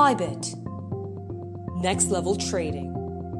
Bybit. Next Level Trading.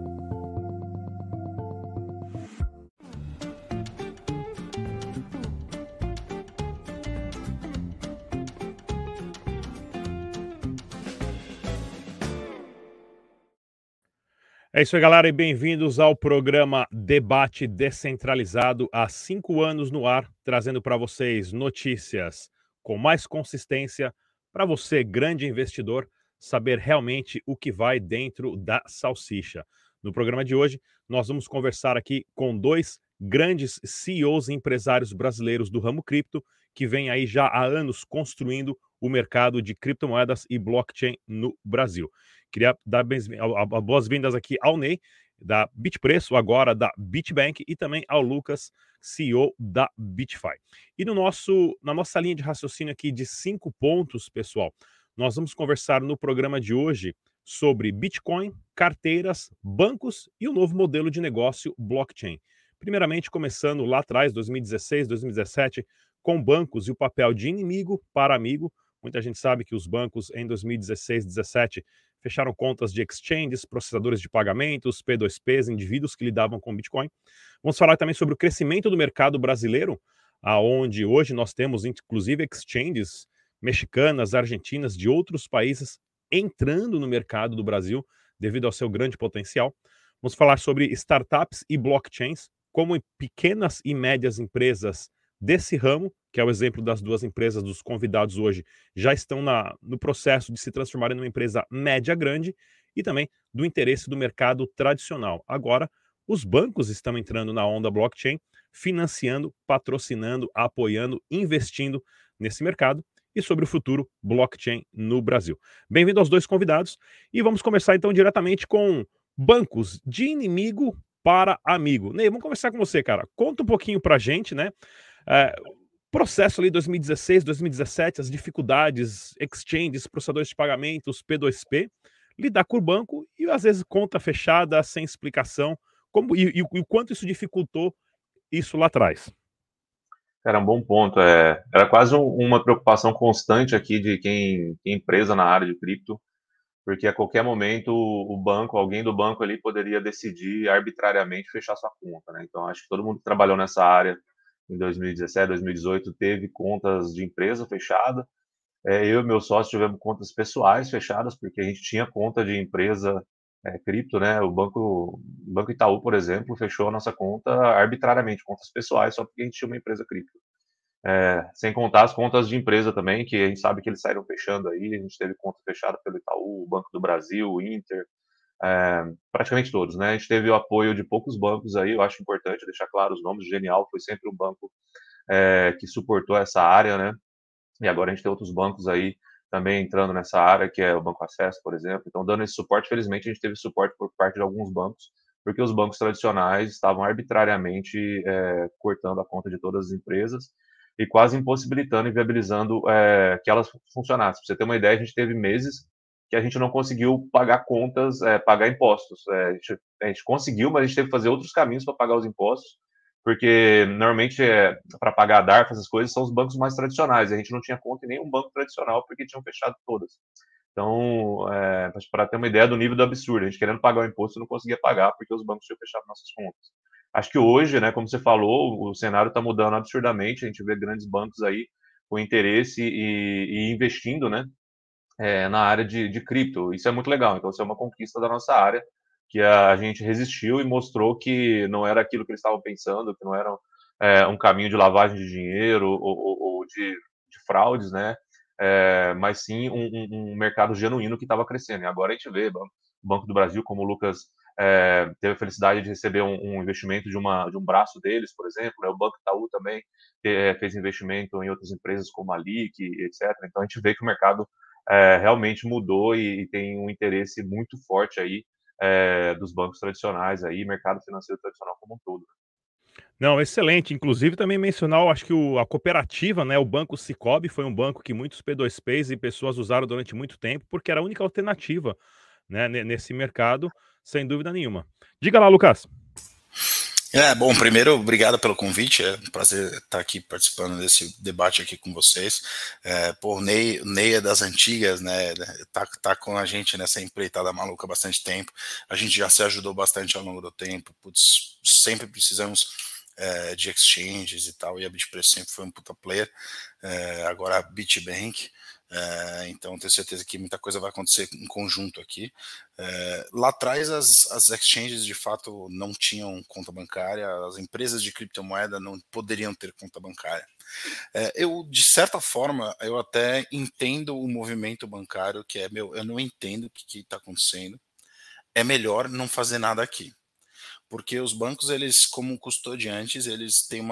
É isso aí, galera, e bem-vindos ao programa Debate Descentralizado, há 5 anos no ar, trazendo para vocês notícias com mais consistência para você, grande investidor, saber realmente o que vai dentro da salsicha. No programa de hoje, nós vamos conversar aqui com 2 grandes CEOs e empresários brasileiros do ramo cripto, que vêm aí já há anos construindo o mercado de criptomoedas e blockchain no Brasil. Queria dar boas-vindas aqui ao Ney, da Bitpreço, agora da Bitbank, e também ao Lucas, CEO da BitFi. E na nossa linha de raciocínio aqui de 5 pontos, pessoal, nós vamos conversar no programa de hoje sobre Bitcoin, carteiras, bancos e o novo modelo de negócio blockchain. Primeiramente, começando lá atrás, 2016, 2017, com bancos e o papel de inimigo para amigo. Muita gente sabe que os bancos em 2016, 2017 fecharam contas de exchanges, processadores de pagamentos, P2Ps, indivíduos que lidavam com Bitcoin. Vamos falar também sobre o crescimento do mercado brasileiro, aonde hoje nós temos inclusive exchanges mexicanas, argentinas, de outros países entrando no mercado do Brasil devido ao seu grande potencial. Vamos falar sobre startups e blockchains, como pequenas e médias empresas desse ramo, que é o exemplo das 2 empresas dos convidados hoje, já estão no processo de se transformarem numa empresa média grande, e também do interesse do mercado tradicional. Agora, os bancos estão entrando na onda blockchain, financiando, patrocinando, apoiando, investindo nesse mercado e sobre o futuro blockchain no Brasil. Bem-vindo aos 2 convidados, e vamos começar então diretamente com bancos de inimigo para amigo. Ney, vamos conversar com você, cara. Conta um pouquinho pra gente, né? Processo ali 2016, 2017, as dificuldades, exchanges, processadores de pagamentos, P2P, lidar com o banco e às vezes conta fechada, sem explicação, e o quanto isso dificultou isso lá atrás. Era um bom ponto. Era quase uma preocupação constante aqui de quem tem empresa na área de cripto, porque a qualquer momento o banco, alguém do banco ali poderia decidir arbitrariamente fechar sua conta, né? Então acho que todo mundo que trabalhou nessa área em 2017, 2018 teve contas de empresa fechada. Eu e meu sócio tivemos contas pessoais fechadas, porque a gente tinha conta de empresa cripto, né? O Banco Itaú, por exemplo, fechou a nossa conta arbitrariamente, contas pessoais, só porque a gente tinha uma empresa cripto. Sem contar as contas de empresa também, que a gente sabe que eles saíram fechando aí. A gente teve conta fechada pelo Itaú, o Banco do Brasil, o Inter, praticamente todos, né? A gente teve o apoio de poucos bancos aí, eu acho importante deixar claro os nomes. O Genial foi sempre um banco que suportou essa área, né? E agora a gente tem outros bancos aí também entrando nessa área, que é o Banco Acesso, por exemplo. Então, dando esse suporte, felizmente a gente teve suporte por parte de alguns bancos, porque os bancos tradicionais estavam arbitrariamente cortando a conta de todas as empresas e quase impossibilitando e viabilizando que elas funcionassem. Para você ter uma ideia, a gente teve meses que a gente não conseguiu pagar contas, pagar impostos. A gente conseguiu, mas a gente teve que fazer outros caminhos para pagar os impostos, porque normalmente para pagar a DARF, essas coisas, são os bancos mais tradicionais. A gente não tinha conta em nenhum banco tradicional porque tinham fechado todas. Então, para ter uma ideia do nível do absurdo, a gente querendo pagar o imposto não conseguia pagar porque os bancos tinham fechado nossas contas. Acho que hoje, né, como você falou, o cenário está mudando absurdamente. A gente vê grandes bancos aí com interesse e investindo, né, na área de cripto. Isso é muito legal. Então, isso é uma conquista da nossa área, que a gente resistiu e mostrou que não era aquilo que eles estavam pensando, que não era um caminho de lavagem de dinheiro ou de fraudes, né? Mas sim um mercado genuíno que estava crescendo. E agora a gente vê o Banco do Brasil, como o Lucas teve a felicidade de receber um investimento de um braço deles, por exemplo, né? O Banco Itaú também fez investimento em outras empresas como a LIC, etc. Então a gente vê que o mercado realmente mudou e tem um interesse muito forte aí dos bancos tradicionais aí, mercado financeiro tradicional como um todo. Não, excelente. Inclusive também mencionar, acho que a cooperativa, né, o Banco Sicoob, foi um banco que muitos P2Ps e pessoas usaram durante muito tempo, porque era a única alternativa, né, nesse mercado, sem dúvida nenhuma. Diga lá, Lucas. Bom, primeiro, obrigado pelo convite, é um prazer estar aqui participando desse debate aqui com vocês. O Ney é das antigas, né, tá com a gente nessa empreitada maluca há bastante tempo, a gente já se ajudou bastante ao longo do tempo, putz, sempre precisamos de exchanges e tal, e a Bitpreço sempre foi um puta player, agora a Bitbank, então tenho certeza que muita coisa vai acontecer em conjunto aqui. Lá atrás as exchanges de fato não tinham conta bancária, as empresas de criptomoeda não poderiam ter conta bancária. Eu, de certa forma, eu até entendo o movimento bancário, que eu não entendo o que está acontecendo, é melhor não fazer nada aqui. Porque os bancos, eles, como custodiantes, eles têm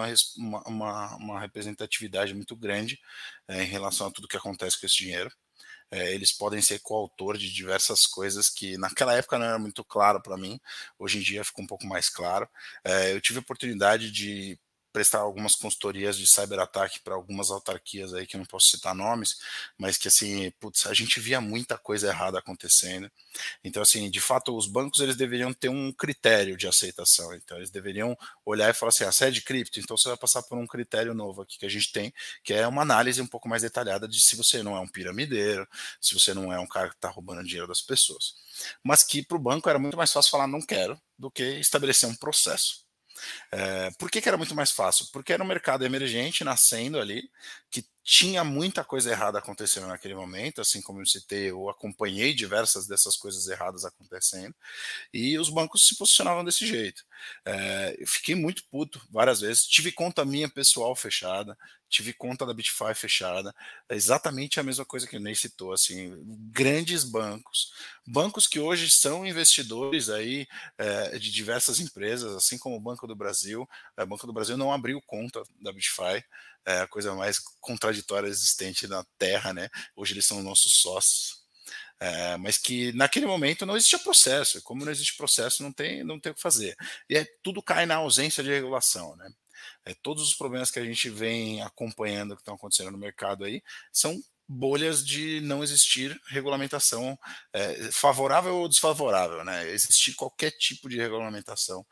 uma representatividade muito grande em relação a tudo que acontece com esse dinheiro. Eles podem ser coautor de diversas coisas que naquela época não era muito claro para mim, hoje em dia ficou um pouco mais claro. Eu tive a oportunidade de prestar algumas consultorias de cyberataque para algumas autarquias aí que eu não posso citar nomes, mas que assim, putz, a gente via muita coisa errada acontecendo. Então assim, de fato, os bancos eles deveriam ter um critério de aceitação. Então eles deveriam olhar e falar assim, você é de cripto, então você vai passar por um critério novo aqui que a gente tem, que é uma análise um pouco mais detalhada de se você não é um piramideiro, se você não é um cara que está roubando dinheiro das pessoas. Mas que para o banco era muito mais fácil falar não quero do que estabelecer um processo. Por que era muito mais fácil? Porque era um mercado emergente, nascendo ali, que tinha muita coisa errada acontecendo naquele momento, assim como eu citei, eu acompanhei diversas dessas coisas erradas acontecendo, e os bancos se posicionavam desse jeito. Eu fiquei muito puto várias vezes, tive conta minha pessoal fechada, tive conta da Bitfy fechada, é exatamente a mesma coisa que o Ney citou, assim, grandes bancos que hoje são investidores aí de diversas empresas, assim como o Banco do Brasil. O Banco do Brasil não abriu conta da Bitfy, é a coisa mais contraditória existente na Terra, né? Hoje eles são nossos sócios. Mas que naquele momento não existia processo, como não existe processo, não tem o que fazer. E tudo cai na ausência de regulação, né? Todos os problemas que a gente vem acompanhando que estão acontecendo no mercado aí são bolhas de não existir regulamentação favorável ou desfavorável, né? Existir qualquer tipo de regulamentação,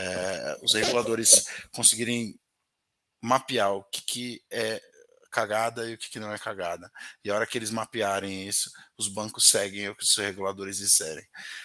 os reguladores conseguirem mapear o que é cagada e o que não é cagada. E a hora que eles mapearem isso, os bancos seguem o que os reguladores disserem.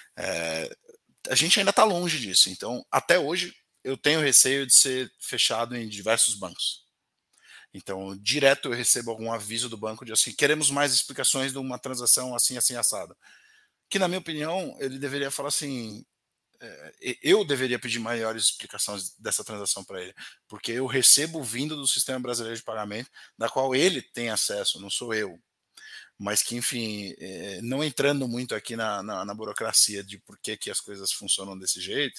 A gente ainda está longe disso. Então, até hoje, eu tenho receio de ser fechado em diversos bancos. Então, direto eu recebo algum aviso do banco de assim, queremos mais explicações de uma transação assim, assim, assada. Que, na minha opinião, ele deveria falar assim, eu deveria pedir maiores explicações dessa transação para ele, porque eu recebo vindo do sistema brasileiro de pagamento, da qual ele tem acesso, não sou eu. Mas que, enfim, não entrando muito aqui na burocracia de por que as coisas funcionam desse jeito,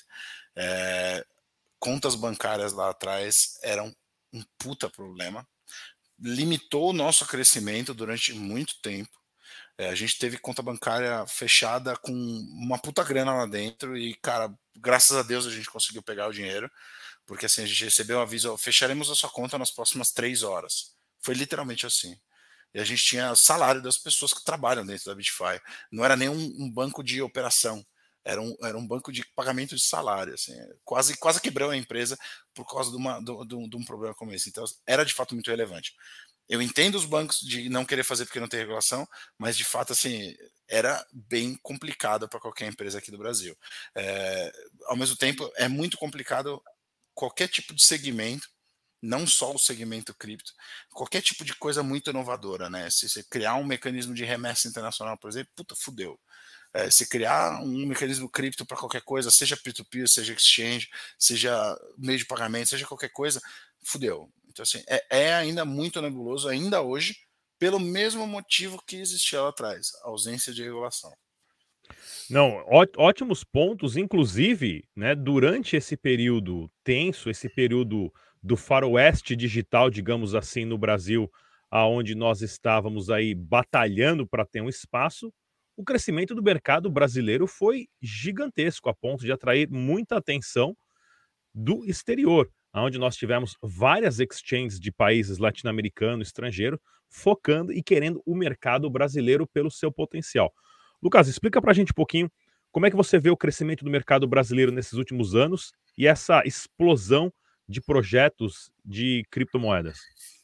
contas bancárias lá atrás eram um puta problema, limitou o nosso crescimento durante muito tempo. A gente teve conta bancária fechada com uma puta grana lá dentro e, cara, graças a Deus a gente conseguiu pegar o dinheiro, porque assim, a gente recebeu um aviso, fecharemos a sua conta nas próximas 3 horas. Foi literalmente assim. E a gente tinha salário das pessoas que trabalham dentro da Bitfy. Não era nem um banco de operação, era um banco de pagamento de salário. Assim, quase quebrou a empresa por causa de um problema como esse. Então, era de fato muito relevante. Eu entendo os bancos de não querer fazer porque não tem regulação, mas de fato, assim, era bem complicado para qualquer empresa aqui do Brasil. Ao mesmo tempo, é muito complicado qualquer tipo de segmento, não só o segmento cripto, qualquer tipo de coisa muito inovadora, né? Se você criar um mecanismo de remessa internacional, por exemplo, puta, fudeu. Se criar um mecanismo cripto para qualquer coisa, seja P2P, seja exchange, seja meio de pagamento, seja qualquer coisa, fudeu. Então, assim, é ainda muito nebuloso, ainda hoje, pelo mesmo motivo que existia lá atrás, a ausência de regulação. Não, ótimos pontos, inclusive, né, durante esse período tenso, esse período do faroeste digital, digamos assim, no Brasil, aonde nós estávamos aí batalhando para ter um espaço, o crescimento do mercado brasileiro foi gigantesco, a ponto de atrair muita atenção do exterior, aonde nós tivemos várias exchanges de países latino-americano, estrangeiro, focando e querendo o mercado brasileiro pelo seu potencial. Lucas, explica para a gente um pouquinho Como é que você vê o crescimento do mercado brasileiro nesses últimos anos e essa explosão de projetos de criptomoedas?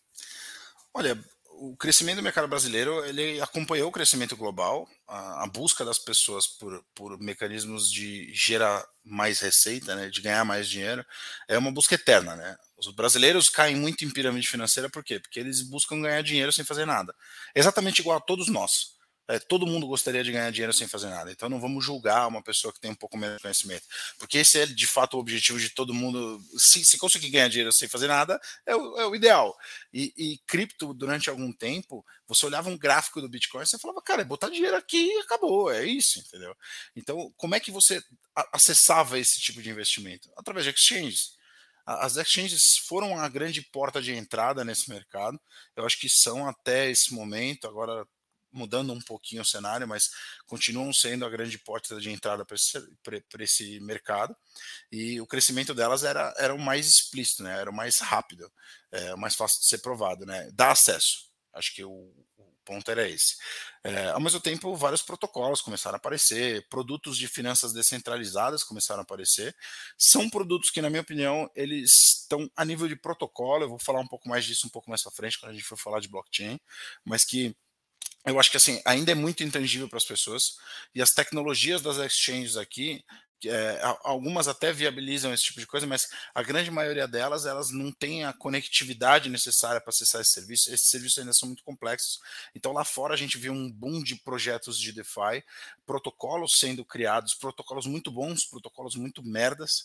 Olha, o crescimento do mercado brasileiro, ele acompanhou o crescimento global, a busca das pessoas por mecanismos de gerar mais receita, né, de ganhar mais dinheiro, é uma busca eterna, né? Os brasileiros caem muito em pirâmide financeira, por quê? Porque eles buscam ganhar dinheiro sem fazer nada. Exatamente igual a todos nós. Todo mundo gostaria de ganhar dinheiro sem fazer nada. Então não vamos julgar uma pessoa que tem um pouco menos de conhecimento. Porque esse é de fato o objetivo de todo mundo. Se conseguir ganhar dinheiro sem fazer nada, é o ideal. E cripto, durante algum tempo, você olhava um gráfico do Bitcoin e você falava, cara, é botar dinheiro aqui e acabou, é isso, entendeu? Então, como é que você acessava esse tipo de investimento? Através de exchanges. As exchanges foram a grande porta de entrada nesse mercado. Eu acho que são até esse momento, agora mudando um pouquinho o cenário, mas continuam sendo a grande porta de entrada para esse mercado. E o crescimento delas era o mais explícito, né? Era o mais rápido, o mais fácil de ser provado, né? Dá acesso. Acho que o ponto era esse. Ao mesmo tempo, vários protocolos começaram a aparecer, produtos de finanças descentralizadas começaram a aparecer. São produtos que, na minha opinião, eles estão a nível de protocolo. Eu vou falar um pouco mais disso um pouco mais para frente, quando a gente for falar de blockchain, mas que eu acho que assim ainda é muito intangível para as pessoas, e as tecnologias das exchanges aqui, algumas até viabilizam esse tipo de coisa, mas a grande maioria delas, elas não têm a conectividade necessária para acessar esse serviço. Esses serviços ainda são muito complexos. Então lá fora a gente viu um boom de projetos de DeFi, protocolos sendo criados, protocolos muito bons, protocolos muito merdas.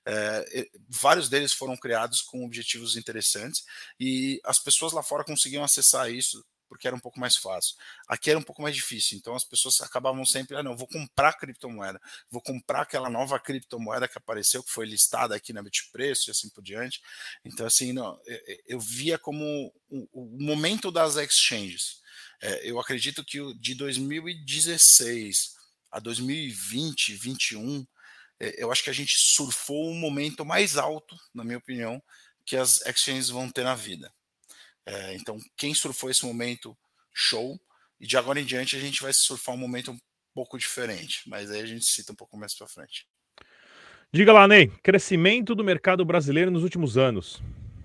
Vários deles foram criados com objetivos interessantes, e as pessoas lá fora conseguiam acessar isso porque era um pouco mais fácil. Aqui era um pouco mais difícil, então as pessoas acabavam sempre, não, vou comprar criptomoeda, vou comprar aquela nova criptomoeda que apareceu, que foi listada aqui na Bitpreço e assim por diante. Então, assim, não, eu via como o momento das exchanges. Eu acredito que de 2016 a 2020, 2021, eu acho que a gente surfou um momento mais alto, na minha opinião, que as exchanges vão ter na vida. Então, quem surfou esse momento, show. E de agora em diante a gente vai surfar um momento um pouco diferente, mas aí a gente cita um pouco mais para frente. Diga lá, Ney, crescimento do mercado brasileiro nos últimos anos.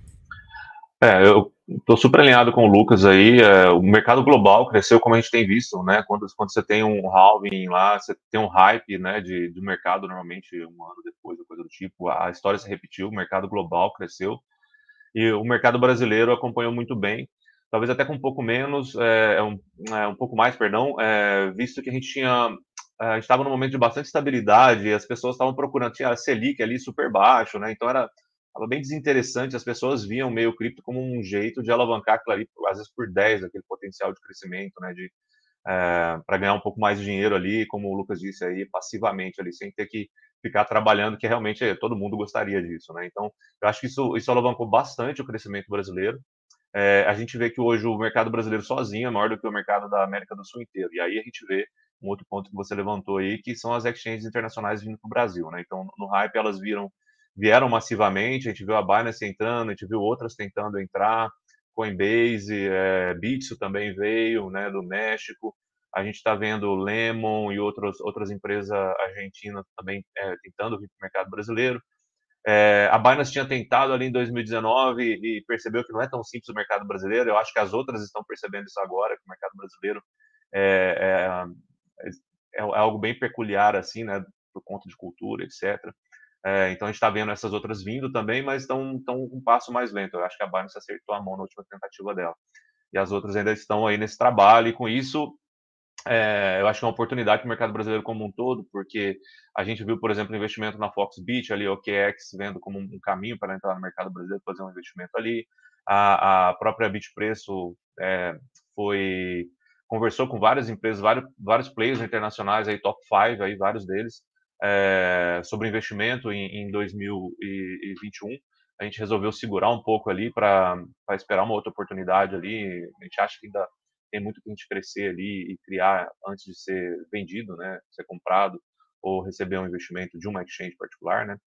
Eu estou super alinhado com o Lucas aí. O mercado global cresceu como a gente tem visto, né? Quando você tem um halving lá, você tem um hype, né, do mercado, normalmente um ano depois, ou coisa do tipo, a história se repetiu, o mercado global cresceu e o mercado brasileiro acompanhou muito bem, talvez até com um pouco menos, um pouco mais, perdão, visto que a gente estava num momento de bastante estabilidade, e as pessoas estavam procurando, tinha a Selic ali super baixo, né? Então estava bem desinteressante, as pessoas viam meio cripto como um jeito de alavancar aquilo ali, às vezes por 10, aquele potencial de crescimento, né? Para ganhar um pouco mais de dinheiro ali, como o Lucas disse aí, passivamente ali, sem ter que ficar trabalhando, que realmente todo mundo gostaria disso, né? Então, eu acho que isso alavancou bastante o crescimento brasileiro. A gente vê que hoje o mercado brasileiro sozinho é maior do que o mercado da América do Sul inteiro. E aí a gente vê um outro ponto que você levantou aí, que são as exchanges internacionais vindo para o Brasil, né? Então, no hype, elas vieram massivamente, a gente viu a Binance entrando, a gente viu outras tentando entrar, Coinbase, Bitso também veio, né, do México. A gente está vendo Lemon e outras empresas argentinas também tentando vir para o mercado brasileiro. A Binance tinha tentado ali em 2019 e percebeu que não é tão simples o mercado brasileiro. Eu acho que as outras estão percebendo isso agora, que o mercado brasileiro é, é algo bem peculiar, assim, né, por conta de cultura, etc. Então a gente está vendo essas outras vindo também, mas estão um passo mais lento. Eu acho que a Binance acertou a mão na última tentativa dela. E as outras ainda estão aí nesse trabalho, e com isso eu acho que é uma oportunidade para o mercado brasileiro como um todo, porque a gente viu, por exemplo, o investimento na Foxbit, ali, o OKEx, vendo como um caminho para entrar no mercado brasileiro, fazer um investimento ali. A própria Bitpreço conversou com várias empresas, vários players internacionais, aí, top 5, aí, vários deles, sobre investimento em 2021. A gente resolveu segurar um pouco ali para esperar uma outra oportunidade ali. A gente acha que ainda tem muito que a gente crescer ali e criar antes de ser vendido, né, ser comprado ou receber um investimento de uma exchange particular, né.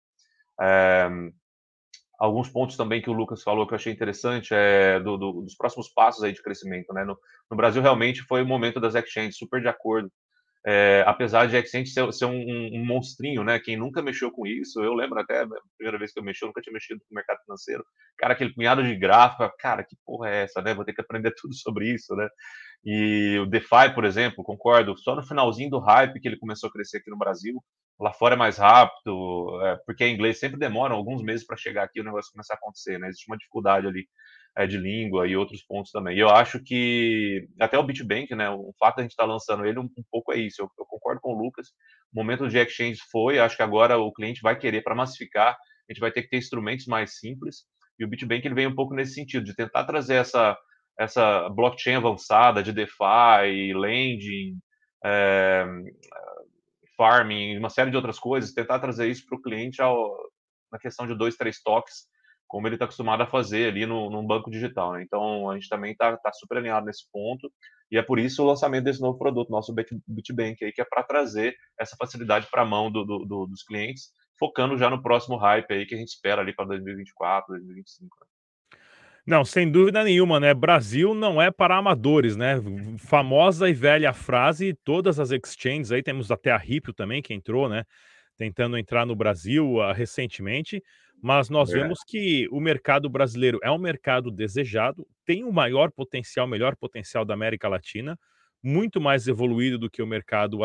Alguns pontos também que o Lucas falou que eu achei interessante dos próximos passos aí de crescimento, né. No Brasil realmente foi o momento das exchanges, super de acordo. apesar de Exchange ser um monstrinho, né? Quem nunca mexeu com isso, eu lembro até a primeira vez que eu mexi, eu nunca tinha mexido com o mercado financeiro. Cara, aquele punhado de gráfico, cara, que porra é essa, né? Vou ter que aprender tudo sobre isso, né? E o DeFi, por exemplo, concordo, só no finalzinho do hype que ele começou a crescer aqui no Brasil. Lá fora é mais rápido, porque em inglês sempre demoram alguns meses para chegar aqui e o negócio começar a acontecer, né? Existe uma dificuldade ali de língua e outros pontos também. E eu acho que até o BitBank, né? O fato de a gente estar lançando ele um pouco é isso. Eu concordo com o Lucas. O momento de exchange foi, acho que agora o cliente vai querer para massificar, a gente vai ter que ter instrumentos mais simples. E o BitBank ele vem um pouco nesse sentido de tentar trazer essa blockchain avançada de DeFi, lending, é, farming, uma série de outras coisas, tentar trazer isso para o cliente na questão de 2, 3 toques, como ele está acostumado a fazer ali num banco digital. Né? Então, a gente também está super alinhado nesse ponto, e é por isso o lançamento desse novo produto, nosso BitBank, aí, que é para trazer essa facilidade para a mão dos clientes, focando já no próximo hype aí que a gente espera ali para 2024, 2025. Né? Não, sem dúvida nenhuma, né? Brasil não é para amadores, né? Famosa e velha frase, todas as exchanges aí, temos até a Ripple também que entrou, né? Tentando entrar no Brasil recentemente, mas nós Verdade. vemos que o mercado brasileiro é um mercado desejado, tem o maior potencial, melhor potencial da América Latina, muito mais evoluído do que o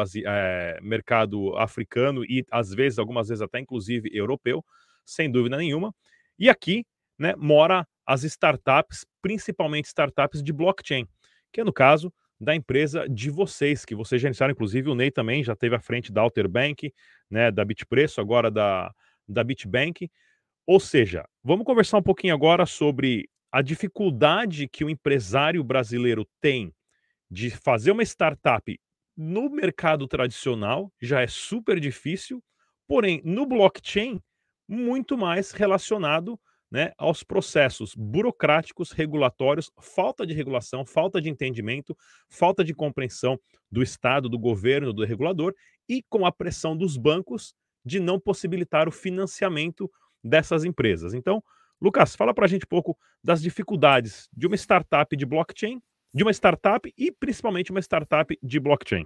mercado africano e às vezes, algumas vezes até inclusive europeu, sem dúvida nenhuma. E aqui, né, mora as startups, principalmente startups de blockchain, que é no caso da empresa de vocês, que vocês já iniciaram, inclusive o Ney também já esteve à frente da Alter Bank, né, da Bitpreço, agora da BitBank. Ou seja, vamos conversar um pouquinho agora sobre a dificuldade que o empresário brasileiro tem de fazer uma startup no mercado tradicional, já é super difícil, porém no blockchain, muito mais relacionado, né, aos processos burocráticos, regulatórios, falta de regulação, falta de entendimento, falta de compreensão do Estado, do governo, do regulador e com a pressão dos bancos de não possibilitar o financiamento dessas empresas. Então, Lucas, fala para a gente um pouco das dificuldades de uma startup de blockchain, de uma startup e principalmente uma startup de blockchain.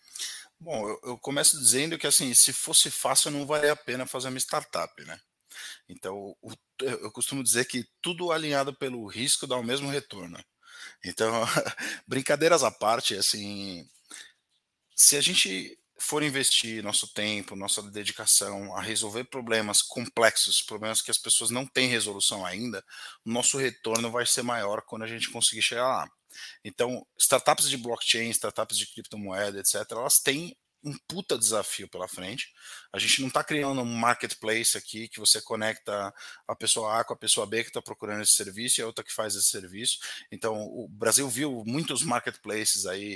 Bom, eu começo dizendo que, assim, se fosse fácil, não valia a pena fazer uma startup, né? Então, eu costumo dizer que tudo alinhado pelo risco dá o mesmo retorno. Então, brincadeiras à parte, assim, se a gente for investir nosso tempo, nossa dedicação a resolver problemas complexos, problemas que as pessoas não têm resolução ainda, o nosso retorno vai ser maior quando a gente conseguir chegar lá. Então, startups de blockchain, startups de criptomoeda, etc., elas têm um puta desafio pela frente. A gente não está criando um marketplace aqui que você conecta a pessoa A com a pessoa B que está procurando esse serviço e a outra que faz esse serviço. Então, o Brasil viu muitos marketplaces aí,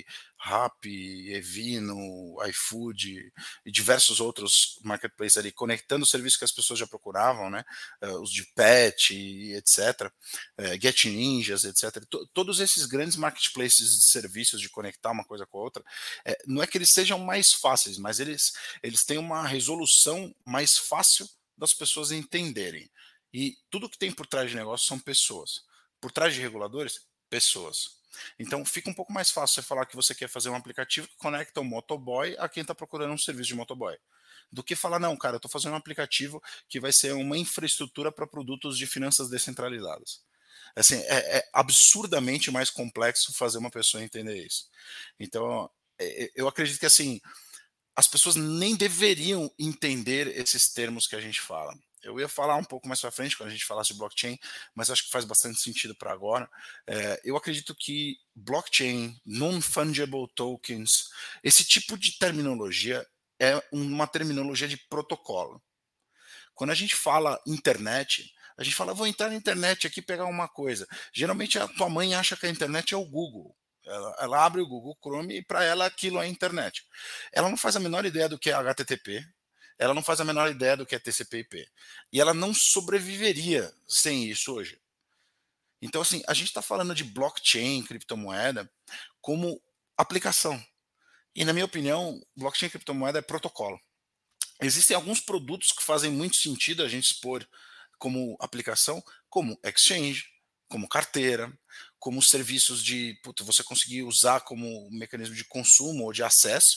Rappi, Evino, iFood e diversos outros marketplaces ali, conectando o serviço que as pessoas já procuravam, né? Os de pet, etc., Get Ninjas, etc. Todos esses grandes marketplaces de serviços de conectar uma coisa com a outra, não é que eles sejam mais fáceis, mas eles têm uma resolução mais fácil das pessoas entenderem. E tudo que tem por trás de negócio são pessoas. Por trás de reguladores, pessoas. Então fica um pouco mais fácil você falar que você quer fazer um aplicativo que conecta o motoboy a quem está procurando um serviço de motoboy, do que falar, não, cara, eu estou fazendo um aplicativo que vai ser uma infraestrutura para produtos de finanças descentralizadas. Assim, é absurdamente mais complexo fazer uma pessoa entender isso. Então, eu acredito que, assim, as pessoas nem deveriam entender esses termos que a gente fala. Eu ia falar um pouco mais para frente quando a gente falasse de blockchain, mas acho que faz bastante sentido para agora. Eu acredito que blockchain, non-fungible tokens, esse tipo de terminologia é uma terminologia de protocolo. Quando a gente fala internet, a gente fala, vou entrar na internet aqui pegar uma coisa. Geralmente a tua mãe acha que a internet é o Google. Ela abre o Google Chrome e para ela aquilo é internet. Ela não faz a menor ideia do que é HTTP, ela não faz a menor ideia do que é TCP/IP. E ela não sobreviveria sem isso hoje. Então, assim, a gente está falando de blockchain, criptomoeda, como aplicação. E, na minha opinião, blockchain e criptomoeda é protocolo. Existem alguns produtos que fazem muito sentido a gente expor como aplicação, como exchange, como carteira, como serviços de você conseguir usar como mecanismo de consumo ou de acesso.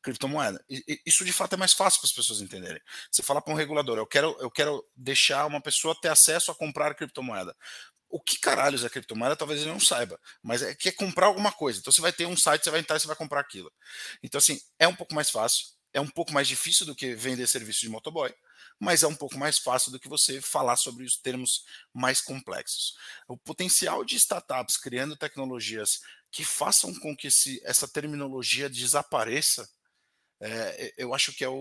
criptomoeda. Isso de fato é mais fácil para as pessoas entenderem. Você fala para um regulador, eu quero deixar uma pessoa ter acesso a comprar criptomoeda. O que caralhos é criptomoeda, talvez ele não saiba, mas quer comprar alguma coisa. Então você vai ter um site, você vai entrar e você vai comprar aquilo. Então, assim, é um pouco mais fácil, é um pouco mais difícil do que vender serviço de motoboy, mas é um pouco mais fácil do que você falar sobre os termos mais complexos. O potencial de startups criando tecnologias que façam com que essa terminologia desapareça, eu acho que é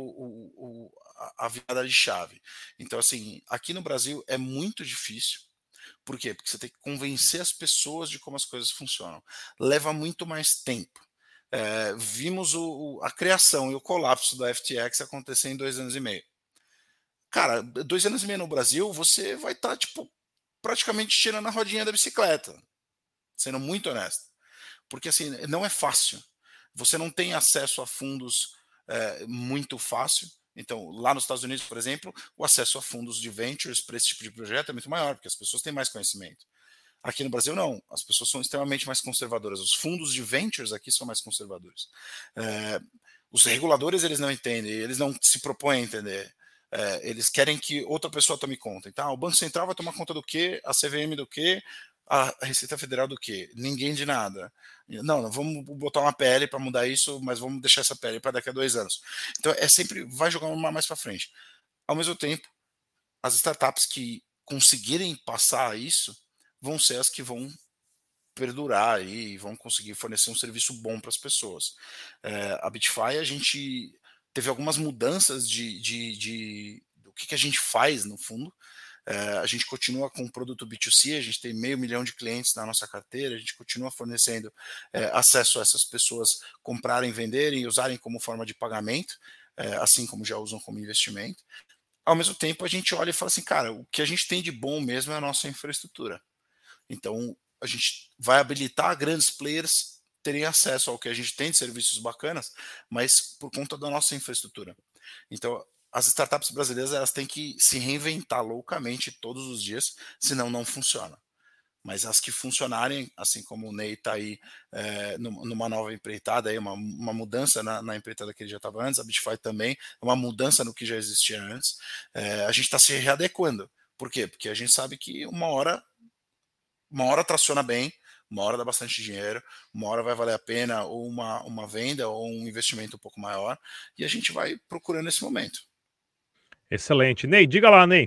a virada de chave. Então, assim, aqui no Brasil é muito difícil. Por quê? Porque você tem que convencer as pessoas de como as coisas funcionam. Leva muito mais tempo. Vimos a criação e o colapso da FTX acontecer em 2 anos e meio. Cara, 2 anos e meio no Brasil, você vai estar, tipo, praticamente tirando a rodinha da bicicleta. Sendo muito honesto. Porque, assim, não é fácil. Você não tem acesso a fundos muito fácil. Então, lá nos Estados Unidos, por exemplo, o acesso a fundos de ventures para esse tipo de projeto é muito maior, porque as pessoas têm mais conhecimento. Aqui no Brasil, não. As pessoas são extremamente mais conservadoras. Os fundos de ventures aqui são mais conservadores. Os reguladores, eles não entendem, eles não se propõem a entender. Eles querem que outra pessoa tome conta. Então, o Banco Central vai tomar conta do quê? A CVM do quê? A Receita Federal do quê? Ninguém de nada. Não, vamos botar uma PL para mudar isso, mas vamos deixar essa PL para daqui a 2 anos. Então, sempre vai jogar uma mais para frente. Ao mesmo tempo, as startups que conseguirem passar isso vão ser as que vão perdurar e vão conseguir fornecer um serviço bom para as pessoas. A Bitify, a gente teve algumas mudanças do que a gente faz, no fundo. A gente continua com o produto B2C, a gente tem 500 mil de clientes na nossa carteira, a gente continua fornecendo acesso a essas pessoas comprarem, venderem e usarem como forma de pagamento, assim como já usam como investimento. Ao mesmo tempo, a gente olha e fala assim, cara, o que a gente tem de bom mesmo é a nossa infraestrutura. Então, a gente vai habilitar grandes players terem acesso ao que a gente tem de serviços bacanas, mas por conta da nossa infraestrutura. Então, as startups brasileiras, elas têm que se reinventar loucamente todos os dias, senão não funciona. Mas as que funcionarem, assim como o Ney está aí numa nova empreitada, aí uma mudança na empreitada que ele já estava antes, a Bitify também, uma mudança no que já existia antes, a gente está se readequando. Por quê? Porque a gente sabe que uma hora traciona bem, uma hora dá bastante dinheiro, uma hora vai valer a pena ou uma venda ou um investimento um pouco maior, e a gente vai procurando esse momento. Excelente. Ney, diga lá, Ney.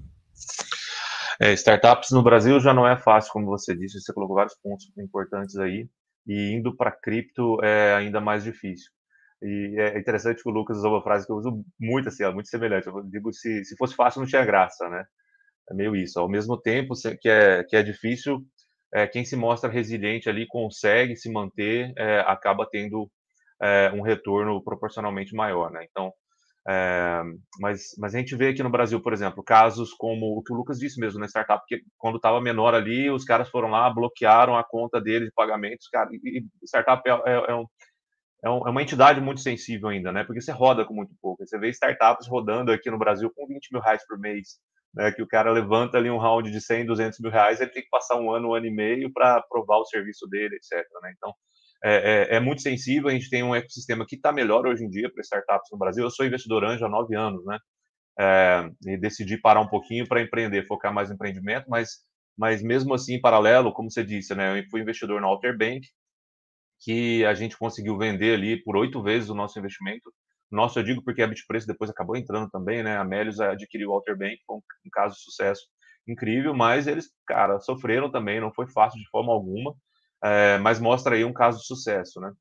Startups no Brasil já não é fácil, como você disse, você colocou vários pontos importantes aí, e indo para cripto é ainda mais difícil. E é interessante que o Lucas usou uma frase que eu uso muito, assim, muito semelhante. Eu digo, se fosse fácil, não tinha graça, né? É meio isso. Ao mesmo tempo que é difícil, quem se mostra resiliente ali, consegue se manter, acaba tendo um retorno proporcionalmente maior, né? Então, mas a gente vê aqui no Brasil, por exemplo, casos como o que o Lucas disse mesmo na startup, que quando estava menor ali, os caras foram lá, bloquearam a conta deles de pagamentos, cara, e startup é uma entidade muito sensível ainda, né? Porque você roda com muito pouco. Você vê startups rodando aqui no Brasil com 20 mil reais por mês, né? Que o cara levanta ali um round de 100, 200 mil reais, ele tem que passar um ano e meio para provar o serviço dele, etc. Né? Então, é muito sensível. A gente tem um ecossistema que está melhor hoje em dia para startups no Brasil. Eu sou investidor anjo há 9 anos, né? E decidi parar um pouquinho para empreender, focar mais no empreendimento, mas mesmo assim, em paralelo, como você disse, né? Eu fui investidor na Alter Bank, que a gente conseguiu vender ali por 8 vezes o nosso investimento. Nosso, eu digo porque a Bitpreço depois acabou entrando também, né? A Melius adquiriu o Alter Bank, foi um caso de sucesso incrível, mas eles, cara, sofreram também, não foi fácil de forma alguma, mas mostra aí um caso de sucesso, né?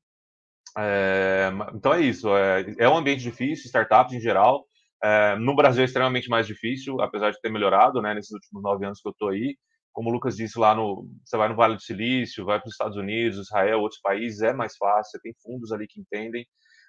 Então é isso, é um ambiente difícil, startups em geral. No Brasil é extremamente mais difícil, apesar de ter melhorado, né? Nesses últimos 9 anos que eu estou aí. Como o Lucas disse, você vai no Vale do Silício, vai para os Estados Unidos, Israel, outros países, é mais fácil, você tem fundos ali que entendem.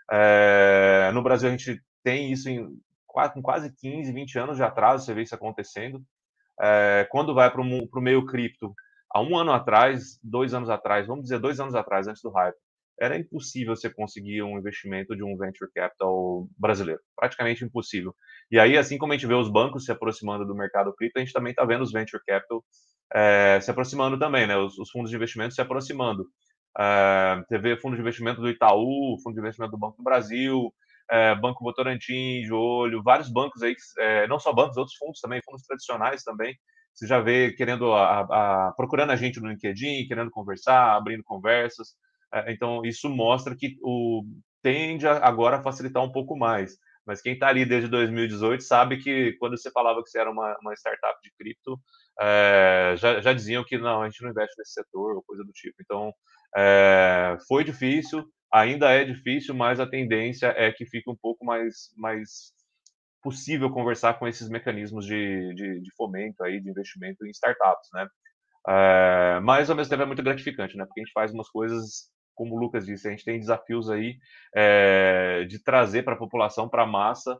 No Brasil a gente tem isso com quase 15, 20 anos de atraso, você vê isso acontecendo. Quando vai para o meio cripto, há 1 ano atrás, 2 anos atrás, vamos dizer 2 anos atrás, antes do hype, era impossível você conseguir um investimento de um venture capital brasileiro, praticamente impossível. E aí, assim como a gente vê os bancos se aproximando do mercado cripto, a gente também está vendo os venture capital se aproximando também, né? Os fundos de investimento se aproximando. Você vê fundo de investimento do Itaú, fundo de investimento do Banco do Brasil, Banco Votorantim, de olho, vários bancos aí, não só bancos, outros fundos também, fundos tradicionais também. Você já vê querendo procurando a gente no LinkedIn, querendo conversar, abrindo conversas. Então, isso mostra que tende agora a facilitar um pouco mais. Mas quem está ali desde 2018 sabe que quando você falava que você era uma startup de cripto, já diziam que não, a gente não investe nesse setor ou coisa do tipo. Então, foi difícil, ainda é difícil, mas a tendência é que fique um pouco mais possível conversar com esses mecanismos de fomento aí, de investimento em startups, né? Mas ao mesmo tempo é muito gratificante, né? Porque a gente faz umas coisas, como o Lucas disse, a gente tem desafios aí de trazer para a população, para a massa,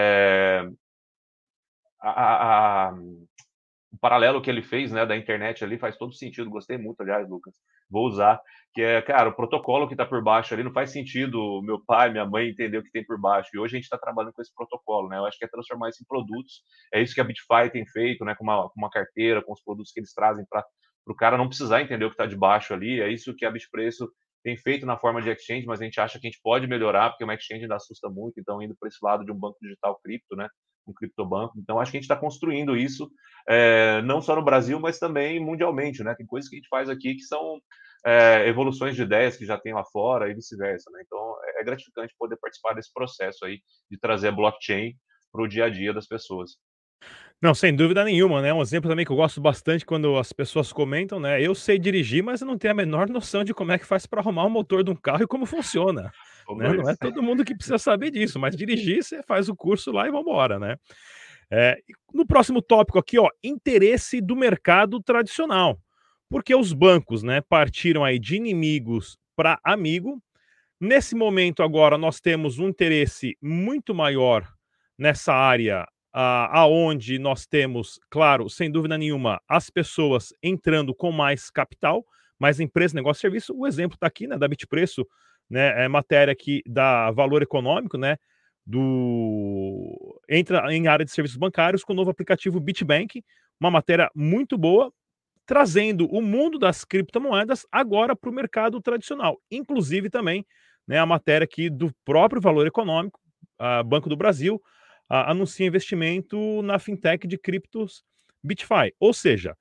o paralelo que ele fez, né, da internet ali faz todo sentido. Gostei muito, aliás, Lucas. Vou usar, que é, cara, o protocolo que está por baixo ali não faz sentido meu pai, minha mãe entender o que tem por baixo. E hoje a gente está trabalhando com esse protocolo, né? Eu acho que é transformar isso em produtos. É isso que a Bitfy tem feito, né, com uma carteira, com os produtos que eles trazem para o cara não precisar entender o que está de baixo ali. É isso que a Bitpreço tem feito na forma de exchange, mas a gente acha que a gente pode melhorar, porque uma exchange ainda assusta muito, então indo para esse lado de um banco digital cripto, né? Um criptobanco. Então, acho que a gente está construindo isso, não só no Brasil, mas também mundialmente, né? Tem coisas que a gente faz aqui que são evoluções de ideias que já tem lá fora e vice-versa, né? Então, é gratificante poder participar desse processo aí de trazer a blockchain para o dia a dia das pessoas. Não, sem dúvida nenhuma, né? Um exemplo também que eu gosto bastante quando as pessoas comentam, né? Eu sei dirigir, mas eu não tenho a menor noção de como é que faz para arrumar o motor de um carro e como funciona, Os né? Não é dois. todo mundo que precisa saber disso, mas dirigir, você faz o curso lá e vambora, né? No próximo tópico aqui, ó, interesse do mercado tradicional. Porque os bancos, né, partiram aí de inimigos para amigo. Nesse momento agora nós temos um interesse muito maior nessa área, aonde nós temos, claro, sem dúvida nenhuma, as pessoas entrando com mais capital, mais empresa, negócio, serviço. O exemplo está aqui, né, da Bitpreço, né, é matéria aqui da Valor Econômico, né, entra em área de serviços bancários com o novo aplicativo Bitbank, uma matéria muito boa, trazendo o mundo das criptomoedas agora para o mercado tradicional, inclusive também, né, a matéria aqui do próprio Valor Econômico, Banco do Brasil, anuncia investimento na fintech de criptos Bitfy. Ou seja,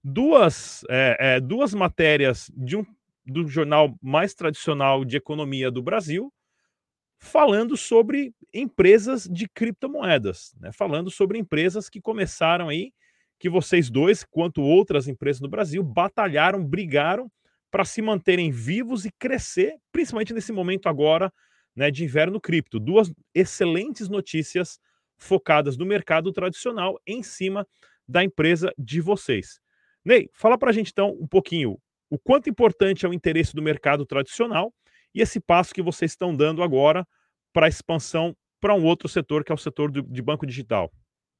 duas matérias do jornal mais tradicional de economia do Brasil, falando sobre empresas de criptomoedas, né? Falando sobre empresas que começaram aí, que vocês dois, quanto outras empresas no Brasil, batalharam, brigaram para se manterem vivos e crescer, principalmente nesse momento agora, né, de inverno cripto. Duas excelentes notícias focadas no mercado tradicional em cima da empresa de vocês. Ney, fala para a gente então um pouquinho o quanto importante é o interesse do mercado tradicional e esse passo que vocês estão dando agora para a expansão para um outro setor, que é o setor de banco digital.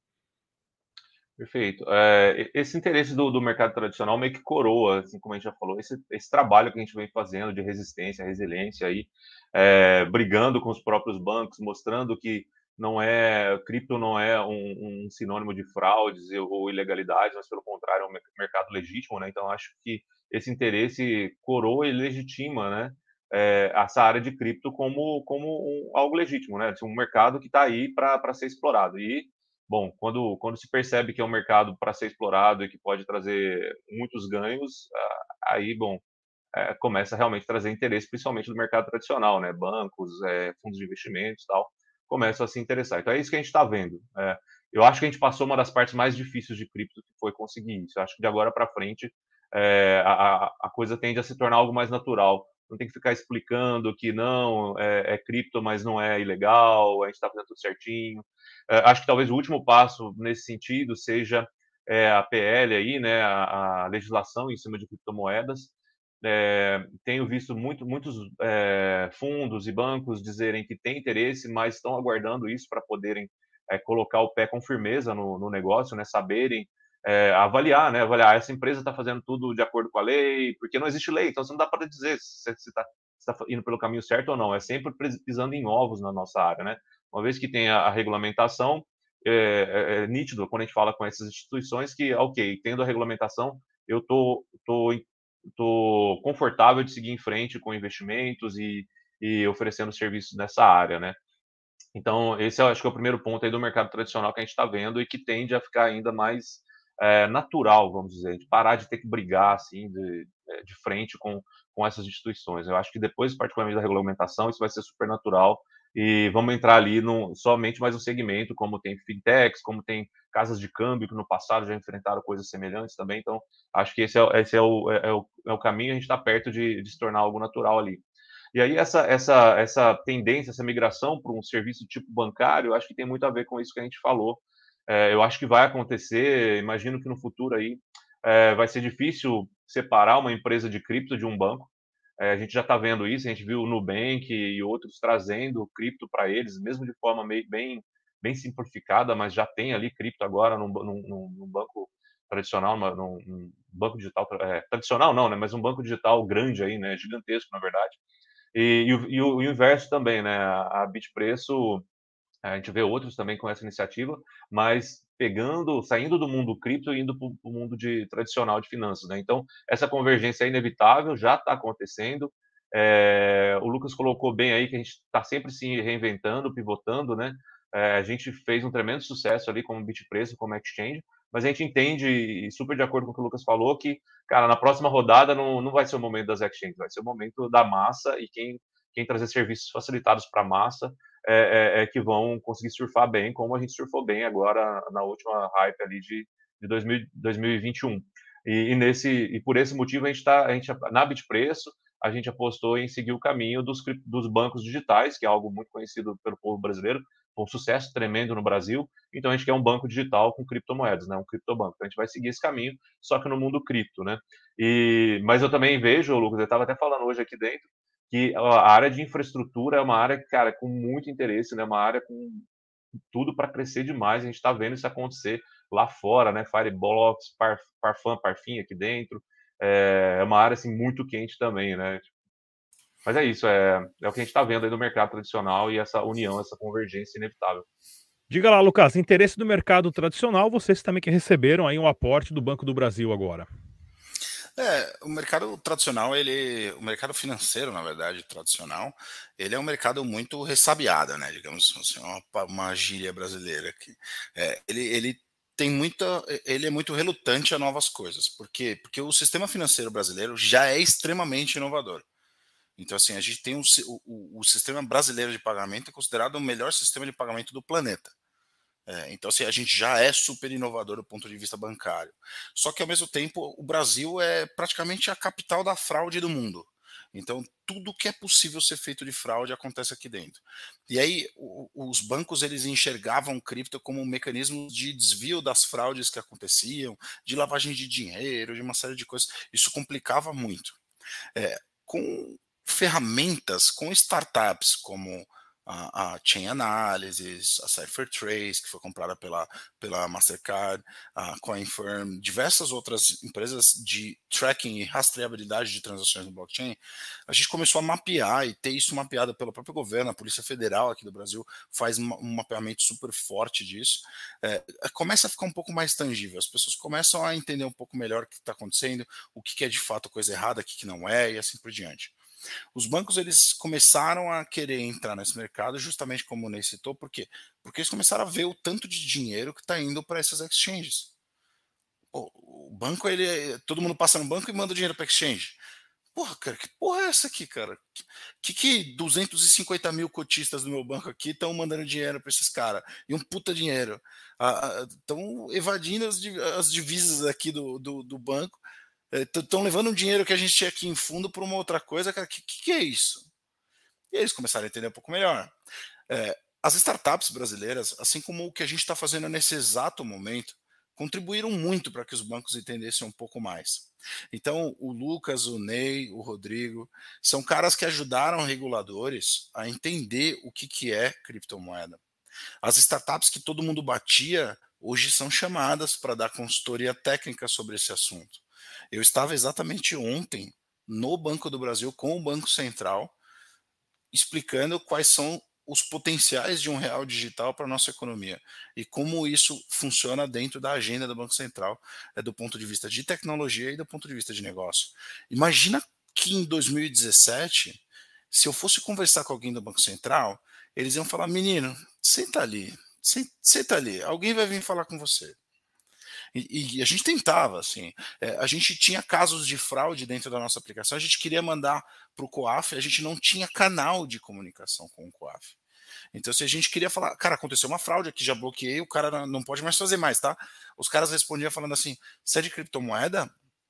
Perfeito. Esse interesse do mercado tradicional meio que coroa, assim como a gente já falou, esse trabalho que a gente vem fazendo de resistência, resiliência aí, brigando com os próprios bancos, mostrando que cripto não é um sinônimo de fraudes ou ilegalidades, mas pelo contrário, é um mercado legítimo, né? Então acho que esse interesse coroa e legitima, né? Essa área de cripto como algo legítimo, né? Um mercado que está aí para ser explorado. E bom, quando se percebe que é um mercado para ser explorado e que pode trazer muitos ganhos, aí, bom, começa a realmente trazer interesse, principalmente do mercado tradicional, né? Bancos, fundos de investimentos e tal, começam a se interessar. Então é isso que a gente está vendo. Eu acho que a gente passou uma das partes mais difíceis de cripto, que foi conseguir isso. Eu acho que de agora para frente a coisa tende a se tornar algo mais natural. Não tem que ficar explicando que não, é cripto, mas não é ilegal, a gente está fazendo tudo certinho. Acho que talvez o último passo nesse sentido seja a PL aí, né, a legislação em cima de criptomoedas. Tenho visto muitos fundos e bancos dizerem que têm interesse, mas estão aguardando isso para poderem colocar o pé com firmeza no negócio, né, saberem avaliar, né, essa empresa está fazendo tudo de acordo com a lei, porque não existe lei, então você não dá para dizer se está indo pelo caminho certo ou não, é sempre pisando em ovos na nossa área, né? Uma vez que tem a regulamentação, é nítido quando a gente fala com essas instituições que, ok, tendo a regulamentação, eu estou confortável de seguir em frente com investimentos e oferecendo serviços nessa área, né? Então, esse eu acho que é o primeiro ponto aí do mercado tradicional que a gente está vendo e que tende a ficar ainda mais natural, vamos dizer, de parar de ter que brigar assim de frente com essas instituições. Eu acho que depois, particularmente da regulamentação, isso vai ser super natural e vamos entrar ali somente mais um segmento, como tem fintechs, como tem casas de câmbio que no passado já enfrentaram coisas semelhantes também. Então, acho que esse é o caminho, a gente está perto de se tornar algo natural ali. E aí essa tendência, essa migração para um serviço tipo bancário, acho que tem muito a ver com isso que a gente falou. Eu acho que vai acontecer, imagino que no futuro aí vai ser difícil separar uma empresa de cripto de um banco. A gente já está vendo isso, a gente viu o Nubank e outros trazendo cripto para eles, mesmo de forma bem simplificada, mas já tem ali cripto agora num banco tradicional, num banco digital, tradicional não, né, mas um banco digital grande aí, né, gigantesco na verdade. E o inverso também, né? A Bitpreço, a gente vê outros também com essa iniciativa, mas saindo do mundo cripto e indo para o mundo tradicional de finanças, né? Então, essa convergência é inevitável, já está acontecendo. O Lucas colocou bem aí que a gente está sempre se reinventando, pivotando, né? A gente fez um tremendo sucesso ali como Bitpreço, como exchange, mas a gente entende, e super de acordo com o que o Lucas falou, que, cara, na próxima rodada não vai ser o momento das exchanges, vai ser o momento da massa e quem trazer serviços facilitados para a massa que vão conseguir surfar bem, como a gente surfou bem agora na última hype ali de 2021. E por esse motivo, na Bitpreço, a gente apostou em seguir o caminho dos bancos digitais, que é algo muito conhecido pelo povo brasileiro, com um sucesso tremendo no Brasil. Então, a gente quer um banco digital com criptomoedas, né? Um criptobanco. Então, a gente vai seguir esse caminho, só que no mundo cripto, né? Mas eu também vejo, Lucas, eu estava até falando hoje aqui dentro, que a área de infraestrutura é uma área, cara, com muito interesse, né? Uma área com tudo para crescer demais. A gente está vendo isso acontecer lá fora, né? Fireblocks, Parfum aqui dentro. É uma área assim muito quente também, né? Mas é isso, é o que a gente está vendo aí no mercado tradicional e essa união, essa convergência inevitável. Diga lá, Lucas, interesse do mercado tradicional, vocês também que receberam aí um aporte do Banco do Brasil agora. O mercado tradicional, o mercado financeiro, na verdade, tradicional, ele é um mercado muito ressabiado, né? Digamos assim, uma gíria brasileira aqui. Ele é muito relutante a novas coisas. Por quê? Porque o sistema financeiro brasileiro já é extremamente inovador. Então, assim, a gente tem o sistema brasileiro de pagamento é considerado o melhor sistema de pagamento do planeta. Então, assim, a gente já é super inovador do ponto de vista bancário. Só que, ao mesmo tempo, o Brasil é praticamente a capital da fraude do mundo. Então, tudo que é possível ser feito de fraude acontece aqui dentro. E aí, os bancos eles enxergavam cripto como um mecanismo de desvio das fraudes que aconteciam, de lavagem de dinheiro, de uma série de coisas. Isso complicava muito. Com ferramentas, com startups como a Chain Analysis, a CipherTrace, que foi comprada pela Mastercard, a CoinFirm, diversas outras empresas de tracking e rastreabilidade de transações no blockchain, a gente começou a mapear e ter isso mapeado pelo próprio governo, a Polícia Federal aqui do Brasil faz um mapeamento super forte disso. Começa a ficar um pouco mais tangível, as pessoas começam a entender um pouco melhor o que está acontecendo, o que é de fato coisa errada, o que não é, e assim por diante. Os bancos eles começaram a querer entrar nesse mercado, justamente como o Ney citou, por quê? Porque eles começaram a ver o tanto de dinheiro que está indo para essas exchanges. O banco, todo mundo passa no banco e manda dinheiro para exchange. Porra, cara, que porra é essa aqui, cara? Que 250 mil cotistas do meu banco aqui estão mandando dinheiro para esses caras? E um puta dinheiro. Estão evadindo as divisas aqui do banco. Estão levando um dinheiro que a gente tinha aqui em fundo para uma outra coisa, cara. Que é isso? E eles começaram a entender um pouco melhor. As startups brasileiras, assim como o que a gente está fazendo nesse exato momento, contribuíram muito para que os bancos entendessem um pouco mais. Então, o Lucas, o Ney, o Rodrigo, são caras que ajudaram reguladores a entender o que é criptomoeda. As startups que todo mundo batia, hoje são chamadas para dar consultoria técnica sobre esse assunto. Eu estava exatamente ontem no Banco do Brasil com o Banco Central, explicando quais são os potenciais de R$ 1 digital para a nossa economia e como isso funciona dentro da agenda do Banco Central, do ponto de vista de tecnologia e do ponto de vista de negócio. Imagina que em 2017, se eu fosse conversar com alguém do Banco Central, eles iam falar: menino, senta ali, senta ali, alguém vai vir falar com você. E a gente tentava, assim, a gente tinha casos de fraude dentro da nossa aplicação, a gente queria mandar para o COAF, a gente não tinha canal de comunicação com o COAF. Então, se a gente queria falar, cara, aconteceu uma fraude aqui, já bloqueei, o cara não pode mais fazer mais, tá? Os caras respondiam falando assim: você é de criptomoeda?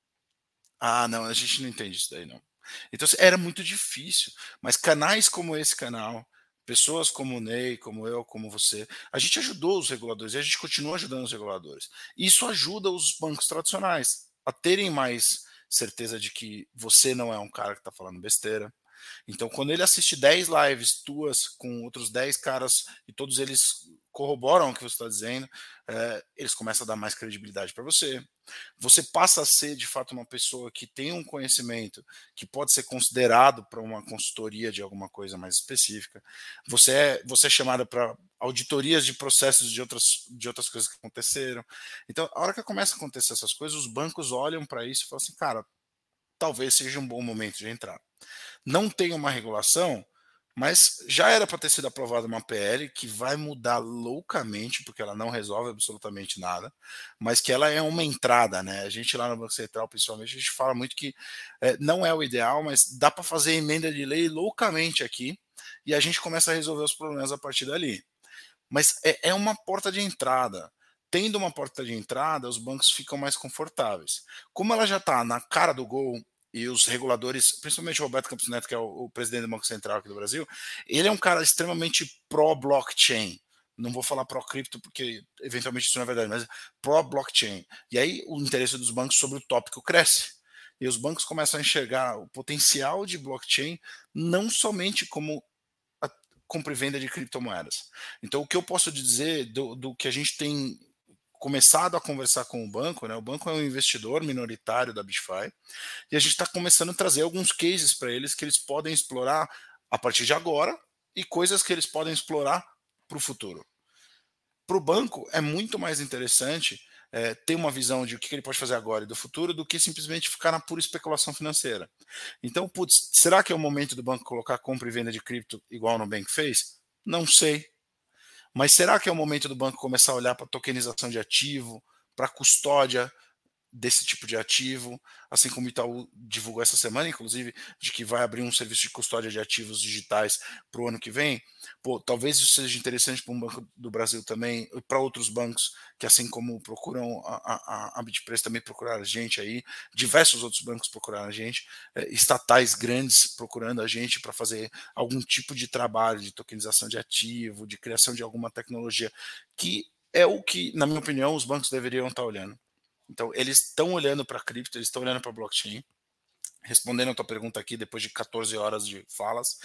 Ah, não, a gente não entende isso daí, não. Então, assim, era muito difícil, mas canais como esse canal, pessoas como o Ney, como eu, como você, a gente ajudou os reguladores e a gente continua ajudando os reguladores. Isso ajuda os bancos tradicionais a terem mais certeza de que você não é um cara que está falando besteira. Então, quando ele assiste 10 lives tuas com outros 10 caras e todos eles corroboram o que você está dizendo, eles começam a dar mais credibilidade para você. Você passa a ser, de fato, uma pessoa que tem um conhecimento que pode ser considerado para uma consultoria de alguma coisa mais específica. Você é chamada para auditorias de processos de outras coisas que aconteceram. Então, a hora que começa a acontecer essas coisas, os bancos olham para isso e falam assim: cara, talvez seja um bom momento de entrar. Não tem uma regulação, mas já era para ter sido aprovada uma PL que vai mudar loucamente, porque ela não resolve absolutamente nada, mas que ela é uma entrada, né? A gente lá no Banco Central, principalmente, a gente fala muito que não é o ideal, mas dá para fazer emenda de lei loucamente aqui e a gente começa a resolver os problemas a partir dali. Mas é uma porta de entrada. Tendo uma porta de entrada, os bancos ficam mais confortáveis. Como ela já está na cara do gol e os reguladores, principalmente o Roberto Campos Neto, que é o presidente do Banco Central aqui do Brasil, ele é um cara extremamente pró-blockchain. Não vou falar pró-cripto, porque eventualmente isso não é verdade, mas pró-blockchain. E aí o interesse dos bancos sobre o tópico cresce. E os bancos começam a enxergar o potencial de blockchain não somente como compra e venda de criptomoedas. Então, o que eu posso dizer do que a gente tem começado a conversar com o banco, né? O banco é um investidor minoritário da BitFi, e a gente está começando a trazer alguns cases para eles que eles podem explorar a partir de agora e coisas que eles podem explorar para o futuro. Para o banco é muito mais interessante ter uma visão de o que ele pode fazer agora e do futuro do que simplesmente ficar na pura especulação financeira. Então, putz, será que é o momento do banco colocar compra e venda de cripto igual o Nubank fez? Não sei. Mas será que é o momento do banco começar a olhar para tokenização de ativo, para custódia desse tipo de ativo, assim como o Itaú divulgou essa semana, inclusive, de que vai abrir um serviço de custódia de ativos digitais para o ano que vem? Pô, talvez isso seja interessante para um banco do Brasil também, e para outros bancos que, assim como procuram a Bitpreço, também procuraram a gente aí, diversos outros bancos procuraram a gente, estatais grandes procurando a gente para fazer algum tipo de trabalho de tokenização de ativo, de criação de alguma tecnologia, que é o que, na minha opinião, os bancos deveriam estar olhando. Então, eles estão olhando para cripto, eles estão olhando para blockchain. Respondendo a tua pergunta aqui, depois de 14 horas de falas,